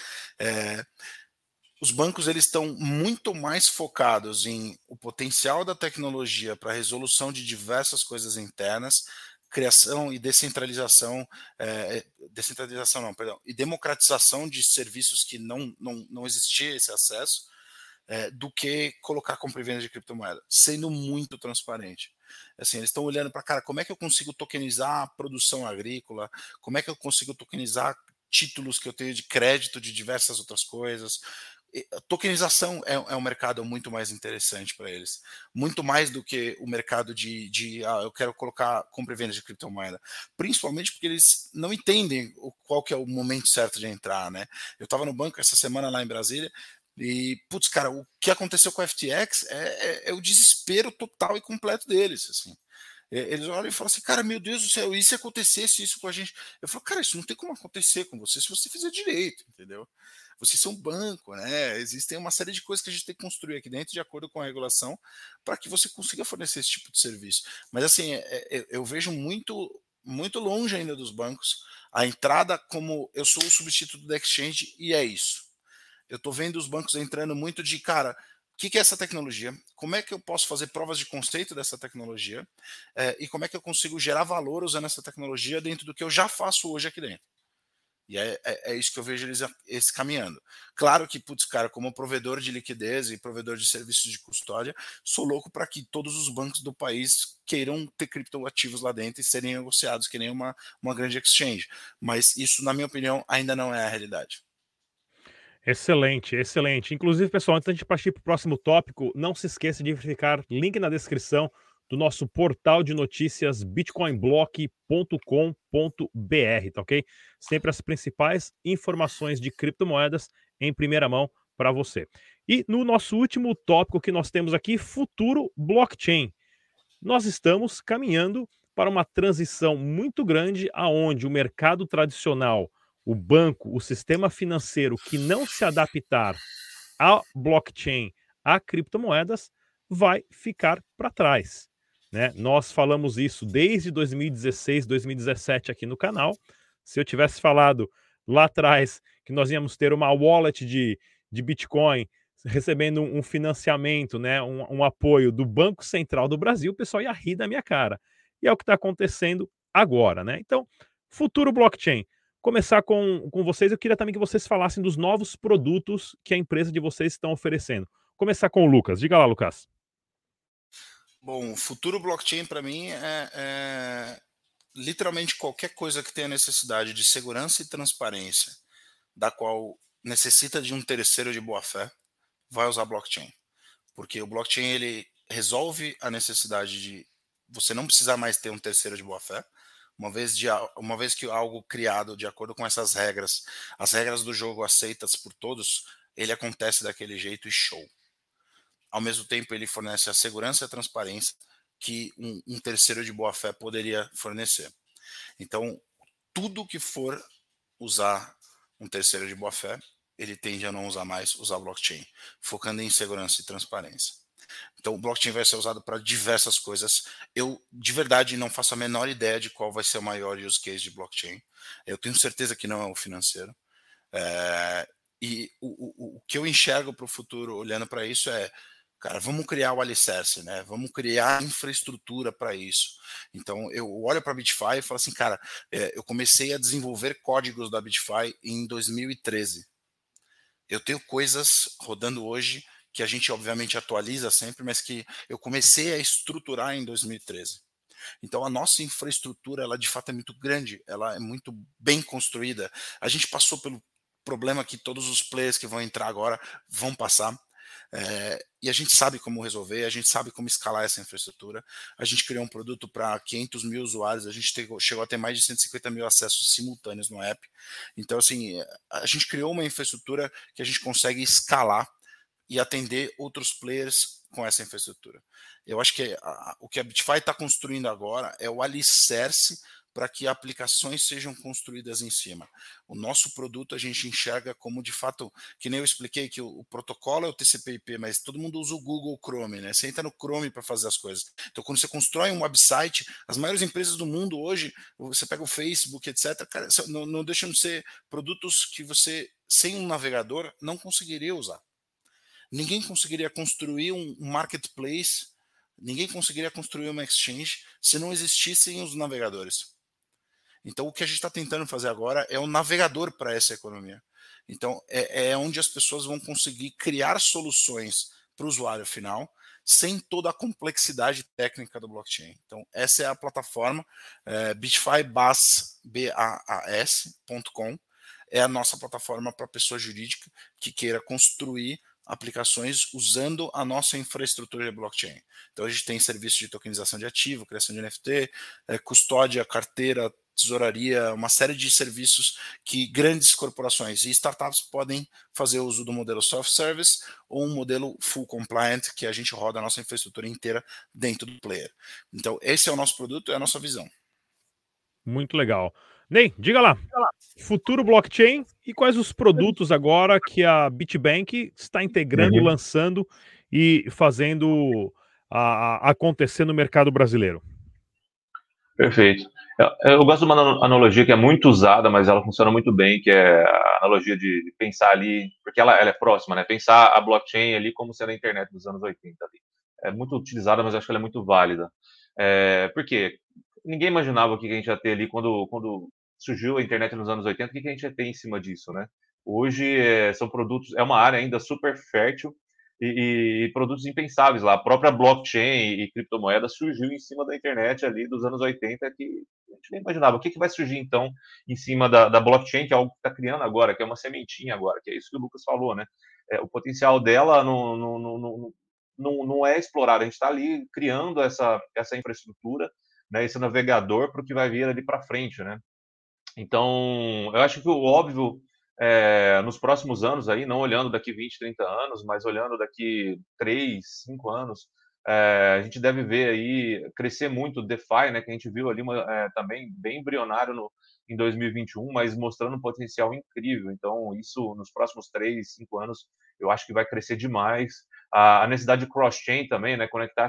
os bancos eles estão muito mais focados em o potencial da tecnologia para a resolução de diversas coisas internas, criação e descentralização, descentralização não, perdão, e democratização de serviços que não existia esse acesso, do que colocar compra e venda de criptomoeda, sendo muito transparente. Assim, eles estão olhando para, cara, como é que eu consigo tokenizar a produção agrícola, como é que eu consigo tokenizar títulos que eu tenho de crédito de diversas outras coisas. A tokenização é um mercado muito mais interessante para eles, muito mais do que o mercado de eu quero colocar compra e venda de criptomoeda, principalmente porque eles não entendem qual que é o momento certo de entrar, né? Eu estava no banco essa semana lá em Brasília e, putz, cara, o que aconteceu com a FTX é o desespero total e completo deles, assim. Eles olham e falam assim, cara, meu Deus do céu, e se acontecesse isso com a gente? Eu falo, cara, isso não tem como acontecer com você se você fizer direito, entendeu? Vocês são um banco, né? Existem uma série de coisas que a gente tem que construir aqui dentro de acordo com a regulação para que você consiga fornecer esse tipo de serviço. Mas assim, eu vejo muito longe ainda dos bancos a entrada como eu sou o substituto da exchange e é isso. Eu estou vendo os bancos entrando muito de, cara, o que é essa tecnologia? Como é que eu posso fazer provas de conceito dessa tecnologia? E como é que eu consigo gerar valor usando essa tecnologia dentro do que eu já faço hoje aqui dentro? E é isso que eu vejo eles caminhando. Claro que, putz, cara, como provedor de liquidez e provedor de serviços de custódia, sou louco para que todos os bancos do país queiram ter criptoativos lá dentro e serem negociados que nem uma grande exchange. Mas isso, na minha opinião, ainda não é a realidade. Excelente, excelente. Inclusive, pessoal, antes da gente partir para o próximo tópico, não se esqueça de verificar link na descrição do nosso portal de notícias bitcoinblock.com.br, tá ok? Sempre as principais informações de criptomoedas em primeira mão para você. E no nosso último tópico que nós temos aqui, futuro blockchain. Nós estamos caminhando para uma transição muito grande aonde o mercado tradicional, o banco, o sistema financeiro que não se adaptar a blockchain, a criptomoedas, vai ficar para trás, né? Nós falamos isso desde 2016, 2017 aqui no canal. Se eu tivesse falado lá atrás que nós íamos ter uma wallet de Bitcoin recebendo um financiamento, né, um apoio do Banco Central do Brasil, o pessoal ia rir da minha cara. E é o que está acontecendo agora, né? Então, futuro blockchain. Começar com vocês, eu queria também que vocês falassem dos novos produtos que a empresa de vocês estão oferecendo. Começar com o Lucas. Diga lá, Lucas. Bom, futuro blockchain para mim é literalmente qualquer coisa que tenha necessidade de segurança e transparência, da qual necessita de um terceiro de boa-fé, vai usar blockchain. Porque o blockchain ele resolve a necessidade de você não precisar mais ter um terceiro de boa-fé, uma vez que algo criado de acordo com essas regras, as regras do jogo aceitas por todos, ele acontece daquele jeito e show. Ao mesmo tempo, ele fornece a segurança e a transparência que um terceiro de boa-fé poderia fornecer. Então, tudo que for usar um terceiro de boa-fé, ele tende a não usar mais, usar blockchain, focando em segurança e transparência. Então, o blockchain vai ser usado para diversas coisas. Eu, de verdade, não faço a menor ideia de qual vai ser o maior use case de blockchain. Eu tenho certeza que não é o financeiro. E o que eu enxergo para o futuro, olhando para isso, cara, vamos criar o alicerce, né? Vamos criar infraestrutura para isso. Então, eu olho para a Bitify e falo assim, cara, eu comecei a desenvolver códigos da Bitify em 2013. Eu tenho coisas rodando hoje que a gente obviamente atualiza sempre, mas que eu comecei a estruturar em 2013. Então a nossa infraestrutura, ela de fato é muito grande, ela é muito bem construída. A gente passou pelo problema que todos os players que vão entrar agora vão passar. E a gente sabe como resolver, a gente sabe como escalar essa infraestrutura. A gente criou um produto para 500 mil usuários, a gente chegou a ter mais de 150 mil acessos simultâneos no app. Então, assim, a gente criou uma infraestrutura que a gente consegue escalar e atender outros players com essa infraestrutura. Eu acho que o que a Bitify está construindo agora é o alicerce para que aplicações sejam construídas em cima. O nosso produto a gente enxerga como, de fato, que nem eu expliquei, que o protocolo é o TCP/IP, mas todo mundo usa o Google Chrome, né? Você entra no Chrome para fazer as coisas. Então, quando você constrói um website, as maiores empresas do mundo hoje, você pega o Facebook, etc., cara, não deixam de ser produtos que você, sem um navegador, não conseguiria usar. Ninguém conseguiria construir um marketplace, ninguém conseguiria construir uma exchange se não existissem os navegadores. Então, o que a gente está tentando fazer agora é um navegador para essa economia. Então, é onde as pessoas vão conseguir criar soluções para o usuário final, sem toda a complexidade técnica do blockchain. Então, essa é a plataforma, bitifybas.com, é a nossa plataforma para pessoa jurídica que queira construir aplicações usando a nossa infraestrutura de blockchain. Então, a gente tem serviço de tokenização de ativo, criação de NFT, custódia, carteira, tesouraria, uma série de serviços que grandes corporações e startups podem fazer uso do modelo self-service ou um modelo full compliant, que a gente roda a nossa infraestrutura inteira dentro do player. Então, esse é o nosso produto, é a nossa visão. Muito legal. Ney, diga lá. Futuro blockchain e quais os produtos agora que a Bitbank está integrando, lançando e fazendo acontecer no mercado brasileiro? Perfeito. Eu gosto de uma analogia que é muito usada, mas ela funciona muito bem, que é a analogia de pensar ali, porque ela é próxima, né? Pensar a blockchain ali como sendo a internet dos anos 80 ali. É muito utilizada, mas eu acho que ela é muito válida. Por quê? Ninguém imaginava o que a gente ia ter ali quando surgiu a internet nos anos 80, o que a gente tem em cima disso, né? Hoje são produtos, é uma área ainda super fértil e produtos impensáveis lá. A própria blockchain e criptomoeda surgiu em cima da internet ali dos anos 80, que a gente nem imaginava. O que vai surgir então em cima da blockchain, que é algo que está criando agora, que é uma sementinha agora, que é isso que o Lucas falou, né? O potencial dela não é explorado. A gente está ali criando essa infraestrutura, né, esse navegador para o que vai vir ali para frente, né? Então, eu acho que o óbvio, nos próximos anos aí, não olhando daqui 20, 30 anos, mas olhando daqui 3, 5 anos, a gente deve ver aí crescer muito o DeFi, né, que a gente viu ali também bem embrionário em 2021, mas mostrando um potencial incrível. Então, isso nos próximos 3, 5 anos, eu acho que vai crescer demais. A necessidade de cross-chain também, né, conectar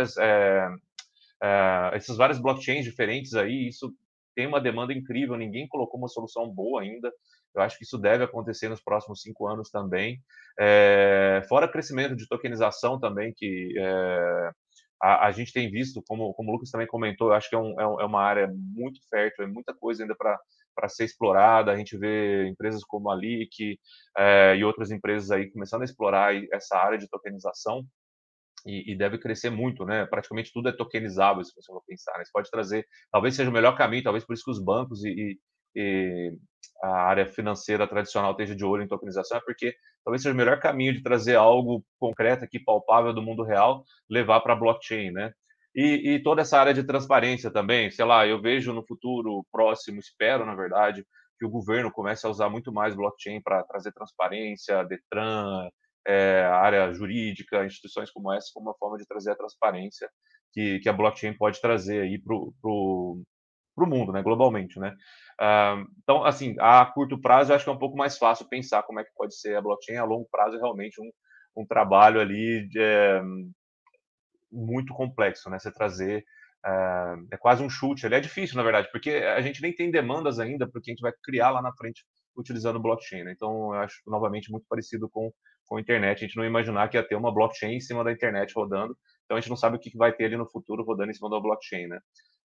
essas várias blockchains diferentes aí, isso tem uma demanda incrível, ninguém colocou uma solução boa ainda. Eu acho que isso deve acontecer nos próximos 5 anos também. Fora crescimento de tokenização também, que a gente tem visto, como o Lucas também comentou, eu acho que é uma área muito fértil, é muita coisa ainda para ser explorada. A gente vê empresas como a Leak e outras empresas aí começando a explorar essa área de tokenização. E deve crescer muito, né? Praticamente tudo é tokenizável, se você for pensar, né? Você pode trazer, talvez seja o melhor caminho, talvez por isso que os bancos e a área financeira tradicional esteja de olho em tokenização, é porque talvez seja o melhor caminho de trazer algo concreto aqui, palpável do mundo real, levar para a blockchain, né? E toda essa área de transparência também, sei lá, eu vejo no futuro próximo, espero, na verdade, que o governo comece a usar muito mais blockchain para trazer transparência, Detran, a área jurídica, instituições como essa, como uma forma de trazer a transparência que a blockchain pode trazer aí para o mundo, né, globalmente, né? Então, assim, a curto prazo eu acho que é um pouco mais fácil pensar como é que pode ser a blockchain. A longo prazo é realmente um trabalho ali muito complexo, né? Você trazer é quase um chute. Ele é difícil, na verdade, porque a gente nem tem demandas ainda porque a gente vai criar lá na frente utilizando blockchain, né? Então, eu acho novamente muito parecido com a internet. A gente não imaginar que ia ter uma blockchain em cima da internet rodando. Então, a gente não sabe o que vai ter ali no futuro rodando em cima da blockchain, né?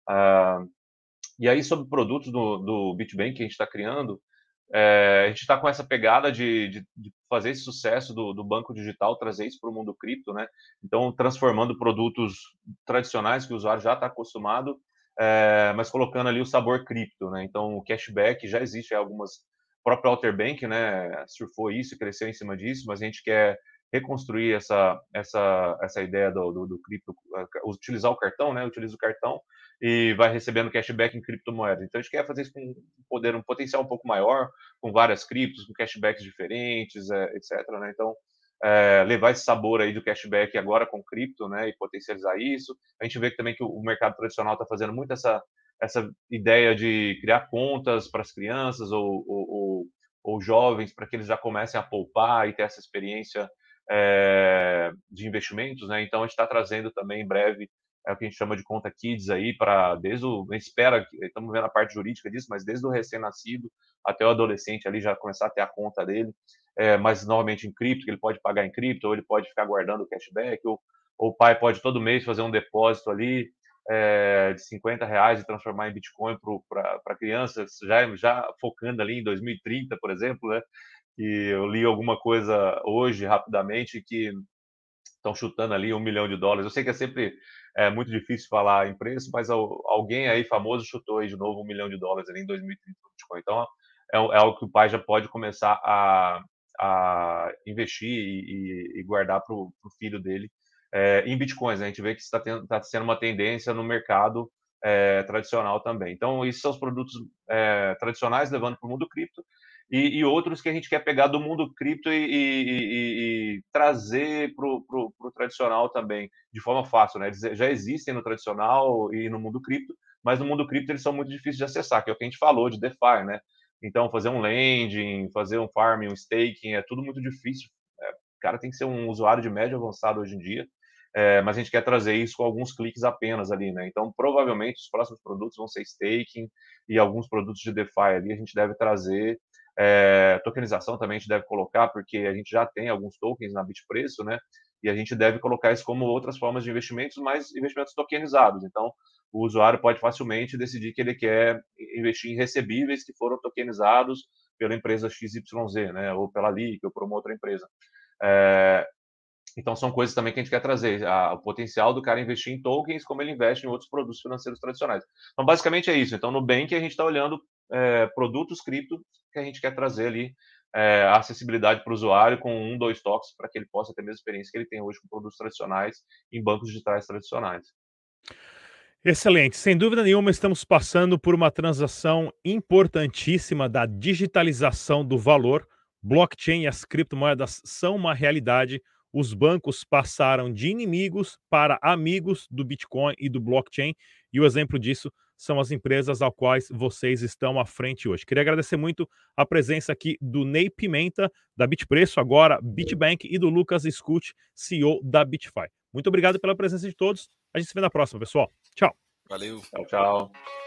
E aí, sobre produtos do BitBank que a gente está criando, a gente está com essa pegada de fazer esse sucesso do banco digital, trazer isso para o mundo cripto, né? Então, transformando produtos tradicionais que o usuário já está acostumado, mas colocando ali o sabor cripto, né? Então, o cashback já existe em algumas. O próprio Outer Bank, né, surfou isso e cresceu em cima disso, mas a gente quer reconstruir essa ideia do cripto, utilizar o cartão, né? Utiliza o cartão e vai recebendo cashback em criptomoedas. Então, a gente quer fazer isso com um potencial um pouco maior, com várias criptos, com cashbacks diferentes, etc. Né? Então, levar esse sabor aí do cashback agora com cripto, né, e potencializar isso. A gente vê que também que o mercado tradicional está fazendo muito essa ideia de criar contas para as crianças ou jovens, para que eles já comecem a poupar e ter essa experiência de investimentos, né? Então, a gente está trazendo também em breve o que a gente chama de conta kids aí, para desde a gente espera, estamos vendo a parte jurídica disso, mas desde o recém-nascido até o adolescente ali já começar a ter a conta dele, mas novamente em cripto, que ele pode pagar em cripto, ou ele pode ficar guardando o cashback, ou o pai pode todo mês fazer um depósito ali de R$50 e transformar em Bitcoin para crianças, já focando ali em 2030, por exemplo, né? E eu li alguma coisa hoje, rapidamente, que estão chutando ali $1 milhão. Eu sei que é sempre muito difícil falar em preço, mas alguém aí famoso chutou aí de novo $1 milhão ali em 2030 no Bitcoin. Então, é algo que o pai já pode começar a investir e guardar para o filho dele em Bitcoins. Né? A gente vê que está sendo uma tendência no mercado tradicional também. Então, esses são os produtos tradicionais levando para o mundo cripto. E outros que a gente quer pegar do mundo cripto e trazer para o tradicional também, de forma fácil, né? Eles já existem no tradicional e no mundo cripto, mas no mundo cripto eles são muito difíceis de acessar, que é o que a gente falou de DeFi, né? Então, fazer um lending, fazer um farming, um staking, é tudo muito difícil. O cara tem que ser um usuário de médio avançado hoje em dia, mas a gente quer trazer isso com alguns cliques apenas ali, né? Então, provavelmente, os próximos produtos vão ser staking e alguns produtos de DeFi ali a gente deve trazer. Tokenização também a gente deve colocar, porque a gente já tem alguns tokens na Bitpreço, né? E a gente deve colocar isso como outras formas de investimentos, mas investimentos tokenizados. Então, o usuário pode facilmente decidir que ele quer investir em recebíveis que foram tokenizados pela empresa XYZ, né, ou pela LIC, ou por uma outra empresa. Então, são coisas também que a gente quer trazer, o potencial do cara investir em tokens, como ele investe em outros produtos financeiros tradicionais. Então, basicamente é isso. Então, no Nubank, a gente está olhando produtos cripto que a gente quer trazer ali, a acessibilidade para o usuário com 2 toques, para que ele possa ter a mesma experiência que ele tem hoje com produtos tradicionais em bancos digitais tradicionais. Excelente. Sem dúvida nenhuma, estamos passando por uma transação importantíssima da digitalização do valor. Blockchain e as criptomoedas são uma realidade. Os bancos passaram de inimigos para amigos do Bitcoin e do blockchain, e o exemplo disso são as empresas ao quais vocês estão à frente hoje. Queria agradecer muito a presença aqui do Ney Pimenta, da Bitpreço, agora Bitbank, e do Lucas Scut, CEO da BitFi. Muito obrigado pela presença de todos. A gente se vê na próxima, pessoal. Tchau. Valeu. Tchau, tchau.